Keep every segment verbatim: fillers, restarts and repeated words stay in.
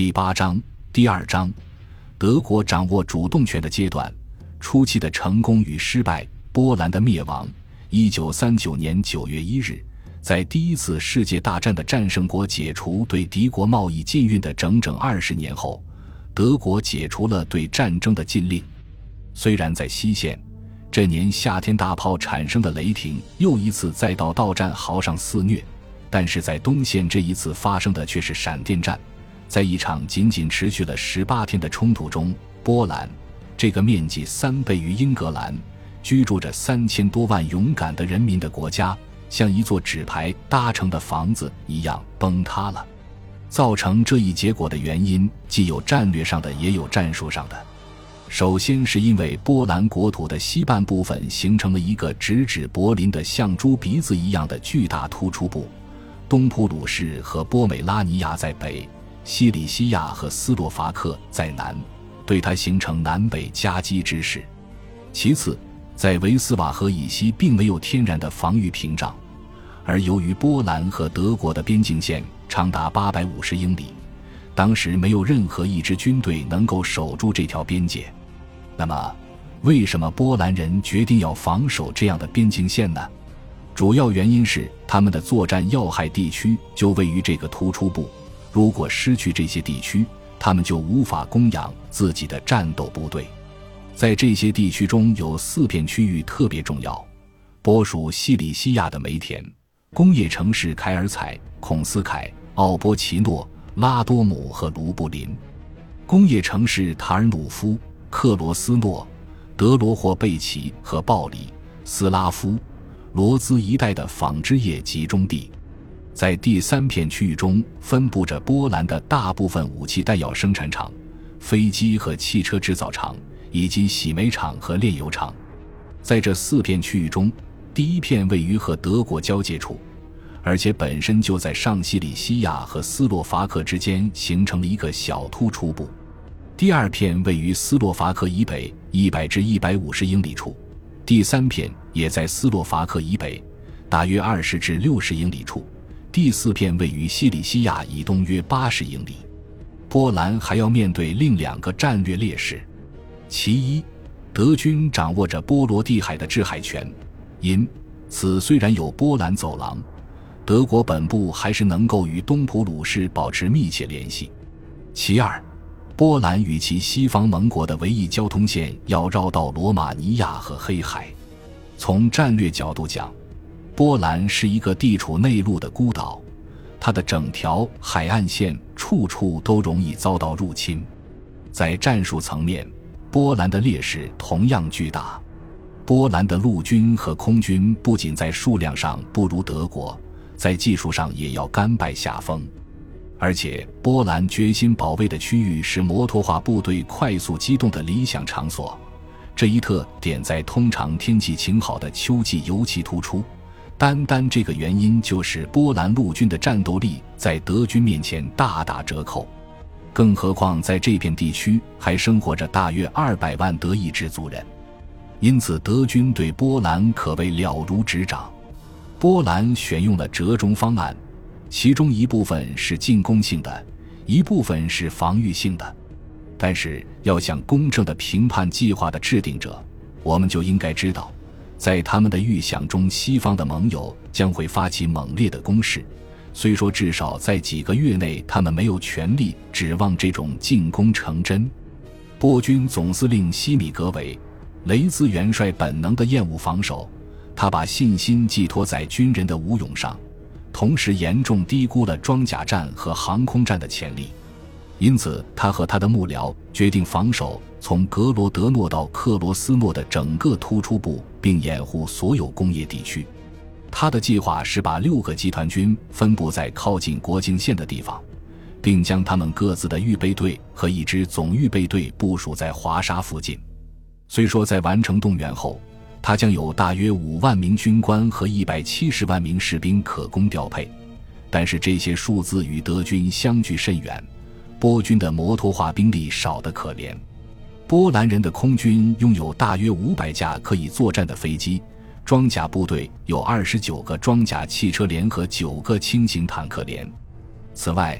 第八章第二章，德国掌握主动权的阶段，初期的成功与失败，波兰的灭亡。一九三九年九月一日，在第一次世界大战的战胜国解除对敌国贸易禁运的整整二十年后，德国解除了对战争的禁令。虽然在西线，这年夏天大炮产生的雷霆又一次再到到战壕上肆虐，但是在东线这一次发生的却是闪电战。在一场仅仅持续了十八天的冲突中，波兰这个面积三倍于英格兰，居住着三千多万勇敢的人民的国家，像一座纸牌搭成的房子一样崩塌了。造成这一结果的原因既有战略上的也有战术上的。首先是因为波兰国土的西半部分形成了一个直指柏林的像猪鼻子一样的巨大突出部，东普鲁士和波美拉尼亚在北，西里西亚和斯洛伐克在南，对它形成南北夹击之势。其次，在维斯瓦河以西并没有天然的防御屏障，而由于波兰和德国的边境线长达八百五十英里，当时没有任何一支军队能够守住这条边界。那么，为什么波兰人决定要防守这样的边境线呢？主要原因是他们的作战要害地区就位于这个突出部，如果失去这些地区，他们就无法供养自己的战斗部队。在这些地区中有四片区域特别重要，波属西里西亚的煤田、工业城市凯尔采、孔斯凯、奥波奇诺、拉多姆和卢布林；工业城市塔尔努夫、克罗斯诺、德罗霍贝奇和鲍里、斯拉夫、罗兹一带的纺织业集中地。在第三片区域中分布着波兰的大部分武器弹药生产厂、飞机和汽车制造厂，以及洗煤厂和炼油厂。在这四片区域中，第一片位于和德国交界处，而且本身就在上西里西亚和斯洛伐克之间形成了一个小突出部。第二片位于斯洛伐克以北一百至一百五十英里处，第三片也在斯洛伐克以北大约二十至六十英里处，第四片位于西里西亚以东约八十英里。波兰还要面对另两个战略劣势。其一，德军掌握着波罗的海的制海权，因此虽然有波兰走廊，德国本部还是能够与东普鲁士保持密切联系。其二，波兰与其西方盟国的唯一交通线要绕到罗马尼亚和黑海。从战略角度讲，波兰是一个地处内陆的孤岛，它的整条海岸线处处都容易遭到入侵。在战术层面，波兰的劣势同样巨大。波兰的陆军和空军不仅在数量上不如德国，在技术上也要甘拜下风。而且波兰决心保卫的区域是摩托化部队快速机动的理想场所，这一特点在通常天气晴好的秋季尤其突出。单单这个原因就使波兰陆军的战斗力在德军面前大打折扣。更何况在这片地区还生活着大约二百万德意志族人，因此德军对波兰可谓了如指掌。波兰选用了折中方案，其中一部分是进攻性的，一部分是防御性的。但是要想公正地评判计划的制定者，我们就应该知道，在他们的预想中，西方的盟友将会发起猛烈的攻势，虽说至少在几个月内他们没有权利指望这种进攻成真。波军总司令西米格韦雷兹元帅本能地厌恶防守，他把信心寄托在军人的武勇上，同时严重低估了装甲战和航空战的潜力。因此他和他的幕僚决定防守从格罗德诺到克罗斯诺的整个突出部，并掩护所有工业地区。他的计划是把六个集团军分布在靠近国境线的地方，并将他们各自的预备队和一支总预备队部署在华沙附近。虽说在完成动员后，他将有大约五万名军官和一百七十万名士兵可供调配，但是这些数字与德军相距甚远，波军的摩托化兵力少得可怜。波兰人的空军拥有大约五百架可以作战的飞机，装甲部队有二十九个装甲汽车连和九个轻型坦克连。此外，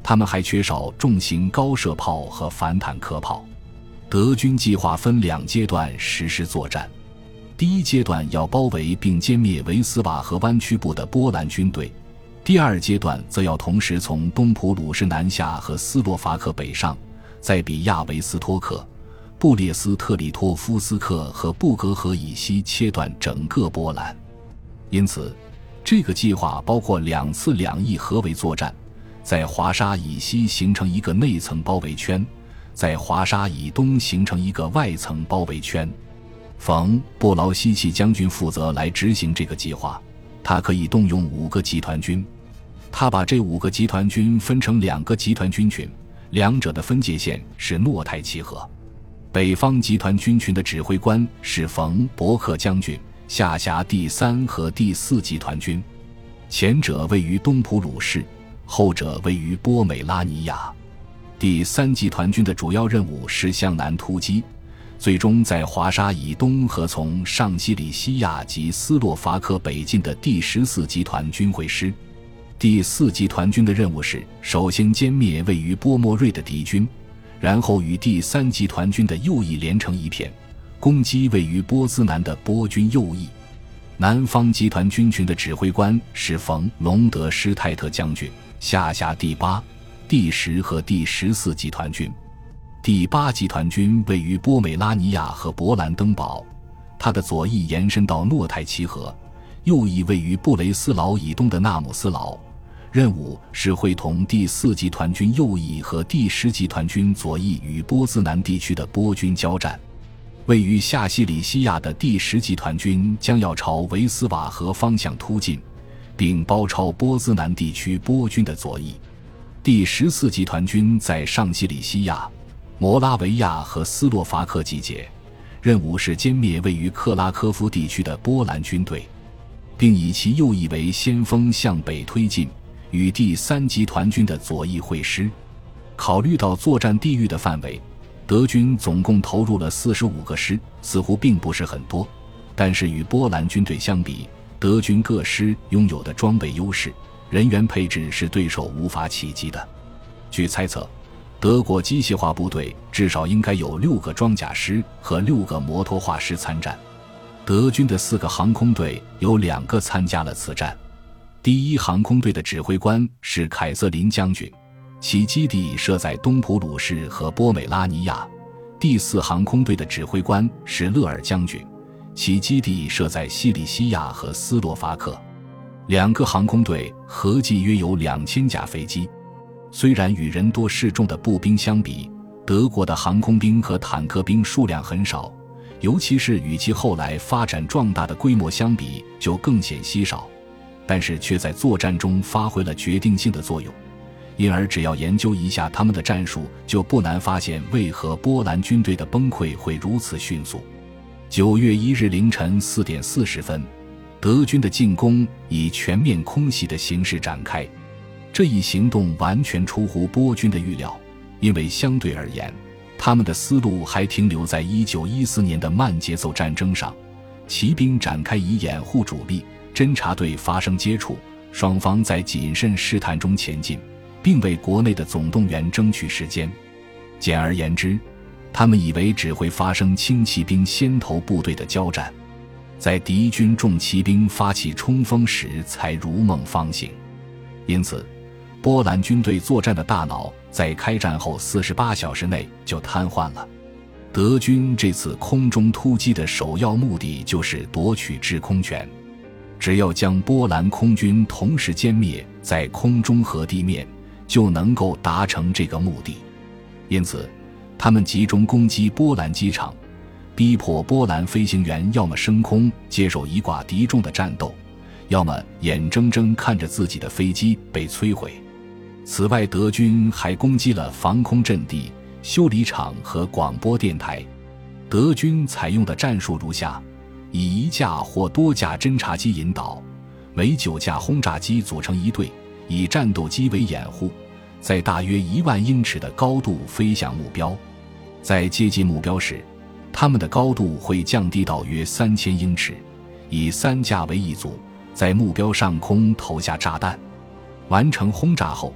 他们还缺少重型高射炮和反坦克炮。德军计划分两阶段实施作战，第一阶段要包围并歼灭维斯瓦河湾区部的波兰军队，第二阶段则要同时从东普鲁士南下和斯洛伐克北上，在比亚维斯托克、布列斯特里托夫斯克和布格河以西切断整个波兰。因此这个计划包括两次两翼合围作战，在华沙以西形成一个内层包围圈，在华沙以东形成一个外层包围圈。冯·布劳希奇将军负责来执行这个计划，他可以动用五个集团军。他把这五个集团军分成两个集团军群，两者的分界线是诺泰齐河。北方集团军群的指挥官是冯·伯克将军，下辖第三和第四集团军，前者位于东普鲁士，后者位于波美拉尼亚。第三集团军的主要任务是向南突击，最终在华沙以东和从上西里西亚及斯洛伐克北进的第十四集团军会师。第四集团军的任务是首先歼灭位于波莫瑞的敌军，然后与第三集团军的右翼连成一片，攻击位于波兹南的波军右翼。南方集团军群的指挥官是冯·隆德施泰特将军，下辖第八、第十和第十四集团军。第八集团军位于波美拉尼亚和勃兰登堡，它的左翼延伸到诺泰齐河，右翼位于布雷斯劳以东的纳姆斯劳。任务是会同第四集团军右翼和第十集团军左翼与波兹南地区的波军交战。位于下西里西亚的第十集团军将要朝维斯瓦河方向突进，并包抄波兹南地区波军的左翼。第十四集团军在上西里西亚、摩拉维亚和斯洛伐克集结，任务是歼灭位于克拉科夫地区的波兰军队，并以其右翼为先锋向北推进，与第三集团军的左翼会师。考虑到作战地域的范围，德军总共投入了四十五个师，似乎并不是很多，但是与波兰军队相比，德军各师拥有的装备优势、人员配置是对手无法企及的。据猜测，德国机械化部队至少应该有六个装甲师和六个摩托化师参战。德军的四个航空队有两个参加了此战。第一航空队的指挥官是凯瑟琳将军，其基地设在东普鲁士和波美拉尼亚。第四航空队的指挥官是勒尔将军，其基地设在西里西亚和斯洛伐克。两个航空队合计约有两千架飞机。虽然与人多势众的步兵相比，德国的航空兵和坦克兵数量很少，尤其是与其后来发展壮大的规模相比就更显稀少，但是却在作战中发挥了决定性的作用。因而只要研究一下他们的战术，就不难发现为何波兰军队的崩溃会如此迅速。九月一日凌晨四点四十分，德军的进攻以全面空袭的形式展开。这一行动完全出乎波军的预料，因为相对而言，他们的思路还停留在一九一四年的慢节奏战争上。骑兵展开以掩护主力，侦察队发生接触，双方在谨慎试探中前进，并为国内的总动员争取时间。简而言之，他们以为只会发生轻骑兵先头部队的交战，在敌军重骑兵发起冲锋时才如梦方醒。因此波兰军队作战的大脑在开战后四十八小时内就瘫痪了。德军这次空中突击的首要目的就是夺取制空权，只要将波兰空军同时歼灭在空中和地面，就能够达成这个目的。因此他们集中攻击波兰机场，逼迫波兰飞行员要么升空接受以寡敌众的战斗，要么眼睁睁看着自己的飞机被摧毁。此外，德军还攻击了防空阵地、修理厂和广播电台。德军采用的战术如下：以一架或多架侦察机引导，每九架轰炸机组成一队，以战斗机为掩护，在大约一万英尺的高度飞向目标。在接近目标时，他们的高度会降低到约三千英尺，以三架为一组，在目标上空投下炸弹。完成轰炸后，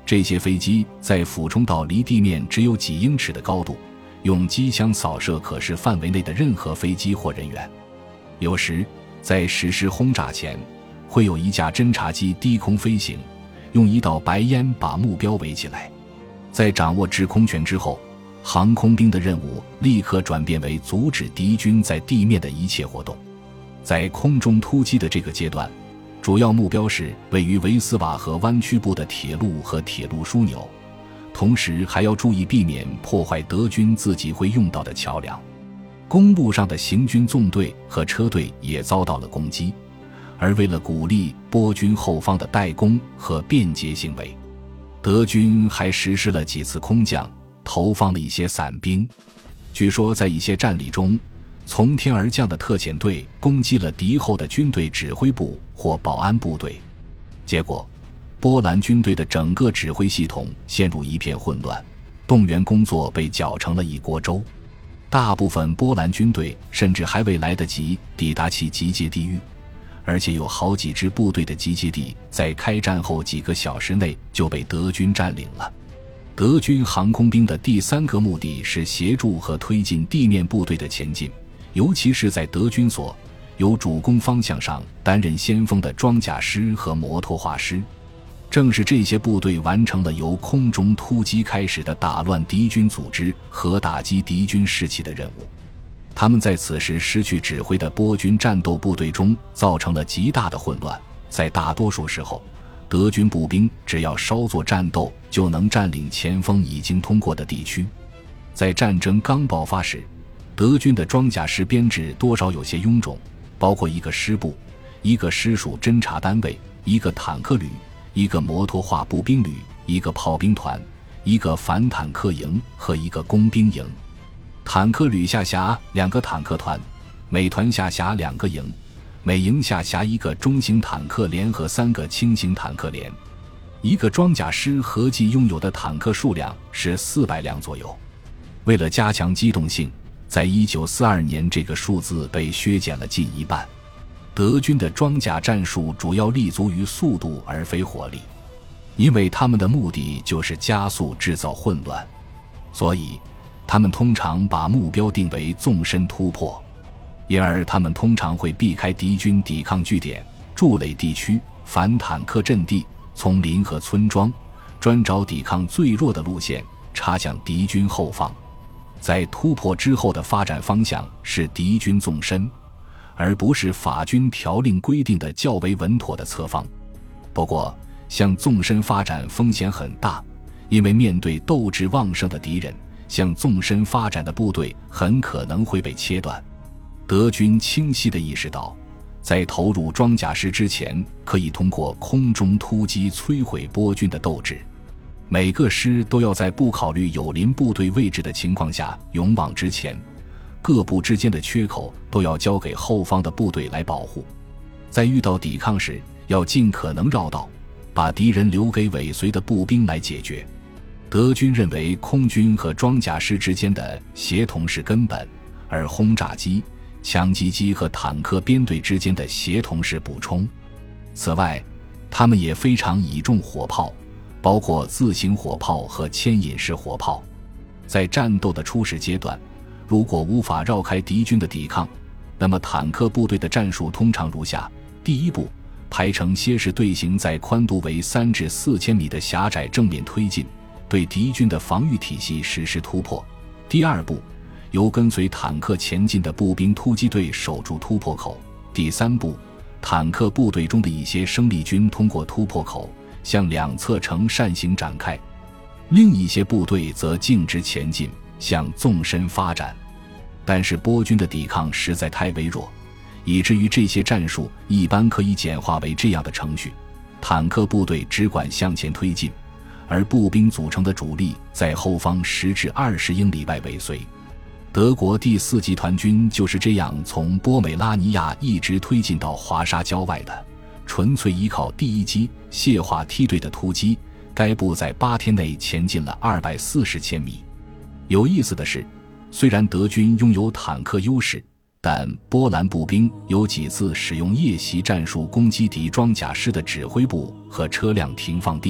这些飞机在俯冲到离地面只有几英尺的高度，用机枪扫射可视范围内的任何飞机或人员。有时在实施轰炸前，会有一架侦察机低空飞行，用一道白烟把目标围起来。在掌握制空权之后，航空兵的任务立刻转变为阻止敌军在地面的一切活动。在空中突击的这个阶段，主要目标是位于维斯瓦河湾区部的铁路和铁路枢纽，同时还要注意避免破坏德军自己会用到的桥梁。公路上的行军纵队和车队也遭到了攻击，而为了鼓励波军后方的带攻和便捷行为，德军还实施了几次空降，投放了一些伞兵。据说在一些战例中，从天而降的特遣队攻击了敌后的军队指挥部或保安部队，结果波兰军队的整个指挥系统陷入一片混乱，动员工作被搅成了一锅粥。大部分波兰军队甚至还未来得及抵达其集结地域，而且有好几支部队的集结地在开战后几个小时内就被德军占领了。德军航空兵的第三个目的是协助和推进地面部队的前进，尤其是在德军所由主攻方向上担任先锋的装甲师和摩托化师。正是这些部队完成了由空中突击开始的打乱敌军组织和打击敌军士气的任务。他们在此时失去指挥的波军战斗部队中造成了极大的混乱，在大多数时候，德军步兵只要稍作战斗就能占领前锋已经通过的地区。在战争刚爆发时，德军的装甲师编制多少有些臃肿，包括一个师部、一个师属侦察单位、一个坦克旅、一个摩托化步兵旅、一个炮兵团、一个反坦克营和一个工兵营。坦克旅下辖两个坦克团，每团下辖两个营，每营下辖一个中型坦克连和三个轻型坦克连。一个装甲师合计拥有的坦克数量是四百辆左右。为了加强机动性，在一九四二年这个数字被削减了近一半。德军的装甲战术主要立足于速度而非火力，因为他们的目的就是加速制造混乱，所以他们通常把目标定为纵深突破，因而他们通常会避开敌军抵抗据点、筑垒地区、反坦克阵地、丛林和村庄，专找抵抗最弱的路线，插向敌军后方。在突破之后的发展方向是敌军纵深，而不是法军条令规定的较为稳妥的侧方。不过向纵深发展风险很大，因为面对斗志旺盛的敌人，向纵深发展的部队很可能会被切断。德军清晰地意识到，在投入装甲师之前，可以通过空中突击摧毁波军的斗志。每个师都要在不考虑友邻部队位置的情况下勇往直前，各部之间的缺口都要交给后方的部队来保护。在遇到抵抗时，要尽可能绕道，把敌人留给尾随的步兵来解决。德军认为空军和装甲师之间的协同是根本，而轰炸机、枪击机和坦克编队之间的协同是补充。此外，他们也非常倚重火炮，包括自行火炮和牵引式火炮。在战斗的初始阶段，如果无法绕开敌军的抵抗，那么坦克部队的战术通常如下：第一步，排成蝎式队形，在宽度为三至四千米的狭窄正面推进，对敌军的防御体系实施突破。第二步，由跟随坦克前进的步兵突击队守住突破口。第三步，坦克部队中的一些生力军通过突破口向两侧呈扇形展开，另一些部队则径直前进，向纵深发展。但是波军的抵抗实在太微弱，以至于这些战术一般可以简化为这样的程序：坦克部队只管向前推进，而步兵组成的主力在后方十至二十英里外尾随。德国第四集团军就是这样从波美拉尼亚一直推进到华沙郊外的，纯粹依靠第一机械化梯队的突击，该部在八天内前进了二百四十千米。有意思的是，虽然德军拥有坦克优势，但波兰步兵有几次使用夜袭战术攻击敌装甲师的指挥部和车辆停放地，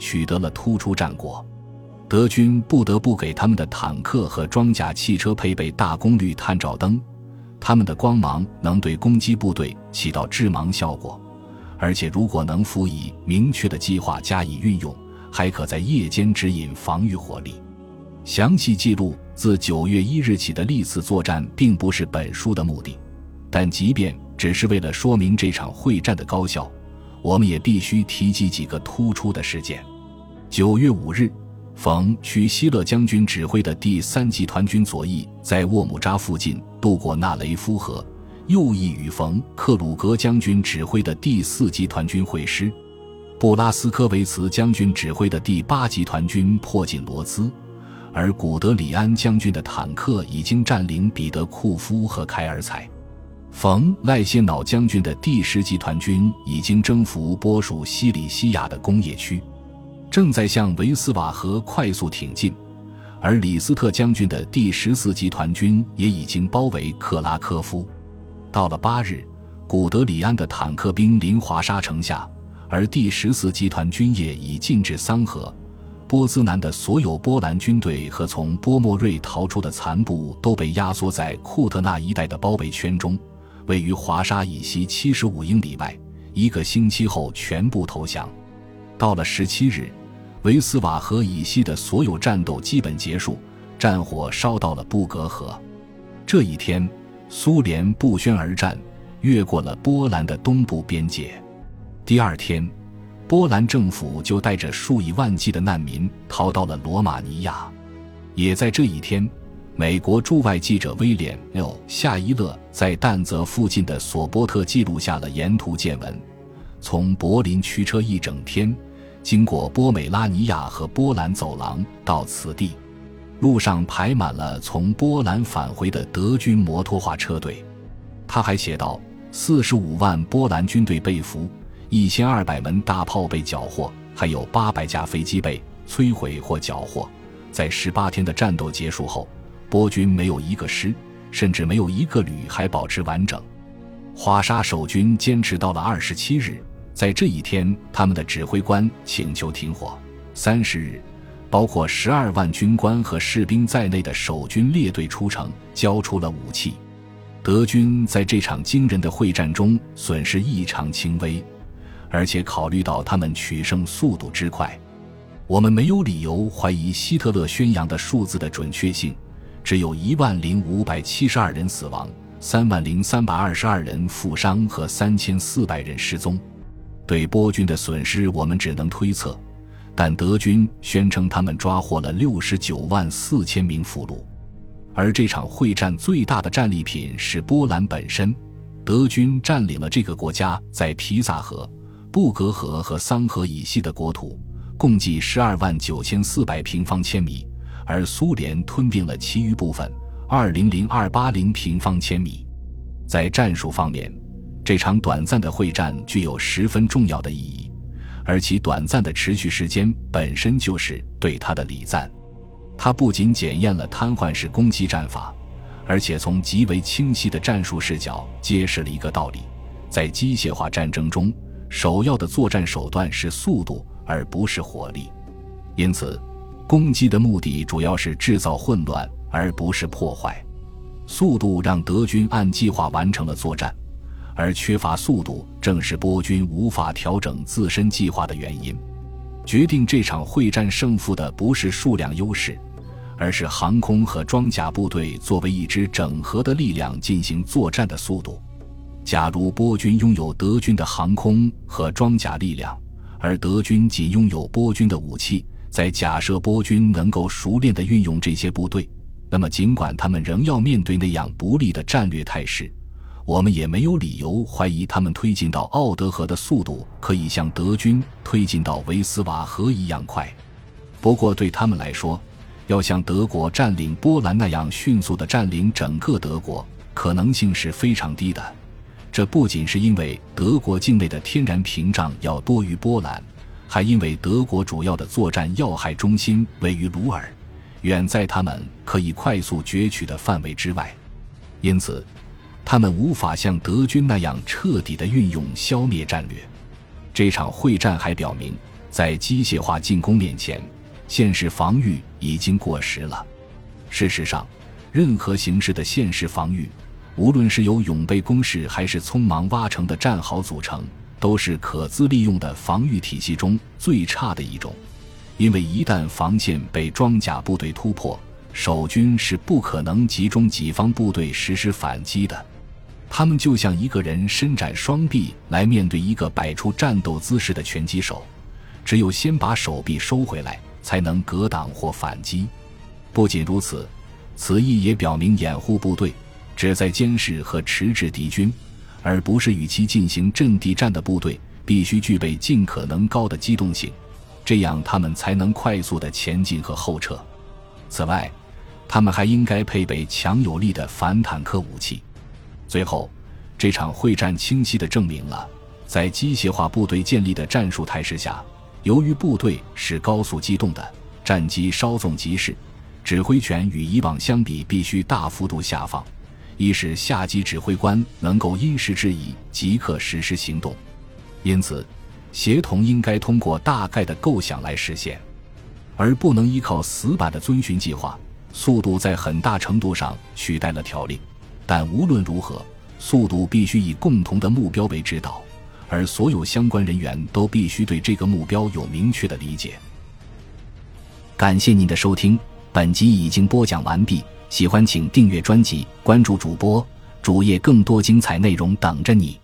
取得了突出战果。德军不得不给他们的坦克和装甲汽车配备大功率探照灯，它们的光芒能对攻击部队起到致盲效果，而且如果能辅以明确的计划加以运用，还可在夜间指引防御火力。详细记录自九月一日起的历次作战并不是本书的目的，但即便只是为了说明这场会战的高效，我们也必须提及几个突出的事件。九月五日，冯·屈希勒将军指挥的第三集团军左翼在沃姆扎附近渡过纳雷夫河，右翼与冯·克鲁格将军指挥的第四集团军会师。布拉斯科维茨将军指挥的第八集团军迫近罗兹，而古德里安将军的坦克已经占领彼得库夫和凯尔采。冯·赖谢瑙将军的第十集团军已经征服波属西里西亚的工业区，正在向维斯瓦河快速挺进，而李斯特将军的第十四集团军也已经包围克拉科夫。到了八日，古德里安的坦克兵临华沙城下，而第十四集团军也已进至桑河。波兹南的所有波兰军队和从波莫瑞逃出的残部都被压缩在库特纳一带的包围圈中，位于华沙以西七十五英里外，一个星期后全部投降。到了十七日，维斯瓦河以西的所有战斗基本结束，战火烧到了布格河。这一天，苏联不宣而战，越过了波兰的东部边界。第二天，波兰政府就带着数以万计的难民逃到了罗马尼亚。也在这一天，美国驻外记者威廉 ·L. 夏伊勒在但泽附近的索波特记录下了沿途见闻。从柏林驱车一整天，经过波美拉尼亚和波兰走廊到此地，路上排满了从波兰返回的德军摩托化车队。他还写道，四十五万波兰军队被俘，一千二百门大炮被缴获，还有八百架飞机被摧毁或缴获。在十八天的战斗结束后，波军没有一个师，甚至没有一个旅还保持完整。华沙守军坚持到了二十七日，在这一天，他们的指挥官请求停火。三十日，包括十二万军官和士兵在内的守军列队出城，交出了武器。德军在这场惊人的会战中损失异常轻微，而且考虑到他们取胜速度之快，我们没有理由怀疑希特勒宣扬的数字的准确性。只有一万零五百七十二人死亡，三万零三百二十二人负伤和三千四百人失踪。对波军的损失我们只能推测，但德军宣称他们抓获了六十九万四千名俘虏。而这场会战最大的战利品是波兰本身，德军占领了这个国家在皮萨河、布格河和桑河以西的国土，共计十二万九千四百平方千米，而苏联吞并了其余部分二十零二八零平方千米。在战术方面，这场短暂的会战具有十分重要的意义，而其短暂的持续时间本身就是对它的礼赞。它不仅检验了瘫痪式攻击战法，而且从极为清晰的战术视角揭示了一个道理：在机械化战争中，首要的作战手段是速度，而不是火力。因此，攻击的目的主要是制造混乱，而不是破坏。速度让德军按计划完成了作战，而缺乏速度正是波军无法调整自身计划的原因。决定这场会战胜负的不是数量优势，而是航空和装甲部队作为一支整合的力量进行作战的速度。假如波军拥有德军的航空和装甲力量，而德军仅拥有波军的武器，在假设波军能够熟练地运用这些部队，那么尽管他们仍要面对那样不利的战略态势，我们也没有理由怀疑他们推进到奥德河的速度可以像德军推进到维斯瓦河一样快。不过对他们来说，要像德国占领波兰那样迅速地占领整个德国，可能性是非常低的。这不仅是因为德国境内的天然屏障要多于波兰，还因为德国主要的作战要害中心位于鲁尔，远在他们可以快速攫取的范围之外。因此他们无法像德军那样彻底地运用消灭战略。这场会战还表明， 在机械化进攻面前，线式防御已经过时了。事实上，任何形式的线式防御，无论是由永备工事还是匆忙挖成的战壕组成，都是可资利用的防御体系中最差的一种。因为一旦防线被装甲部队突破，守军是不可能集中己方部队实施反击的。他们就像一个人伸展双臂来面对一个摆出战斗姿势的拳击手，只有先把手臂收回来，才能格挡或反击。不仅如此，此意也表明掩护部队旨在监视和迟滞敌军，而不是与其进行阵地战的部队必须具备尽可能高的机动性，这样他们才能快速地前进和后撤。此外，他们还应该配备强有力的反坦克武器。最后，这场会战清晰地证明了，在机械化部队建立的战术态势下，由于部队是高速机动的，战机稍纵即逝，指挥权与以往相比必须大幅度下放，以使下级指挥官能够因时制宜即刻实施行动。因此，协同应该通过大概的构想来实现，而不能依靠死板的遵循计划。速度在很大程度上取代了条令，但无论如何，速度必须以共同的目标为指导，而所有相关人员都必须对这个目标有明确的理解。感谢您的收听，本集已经播讲完毕，喜欢请订阅专辑，关注主播，主页更多精彩内容等着你。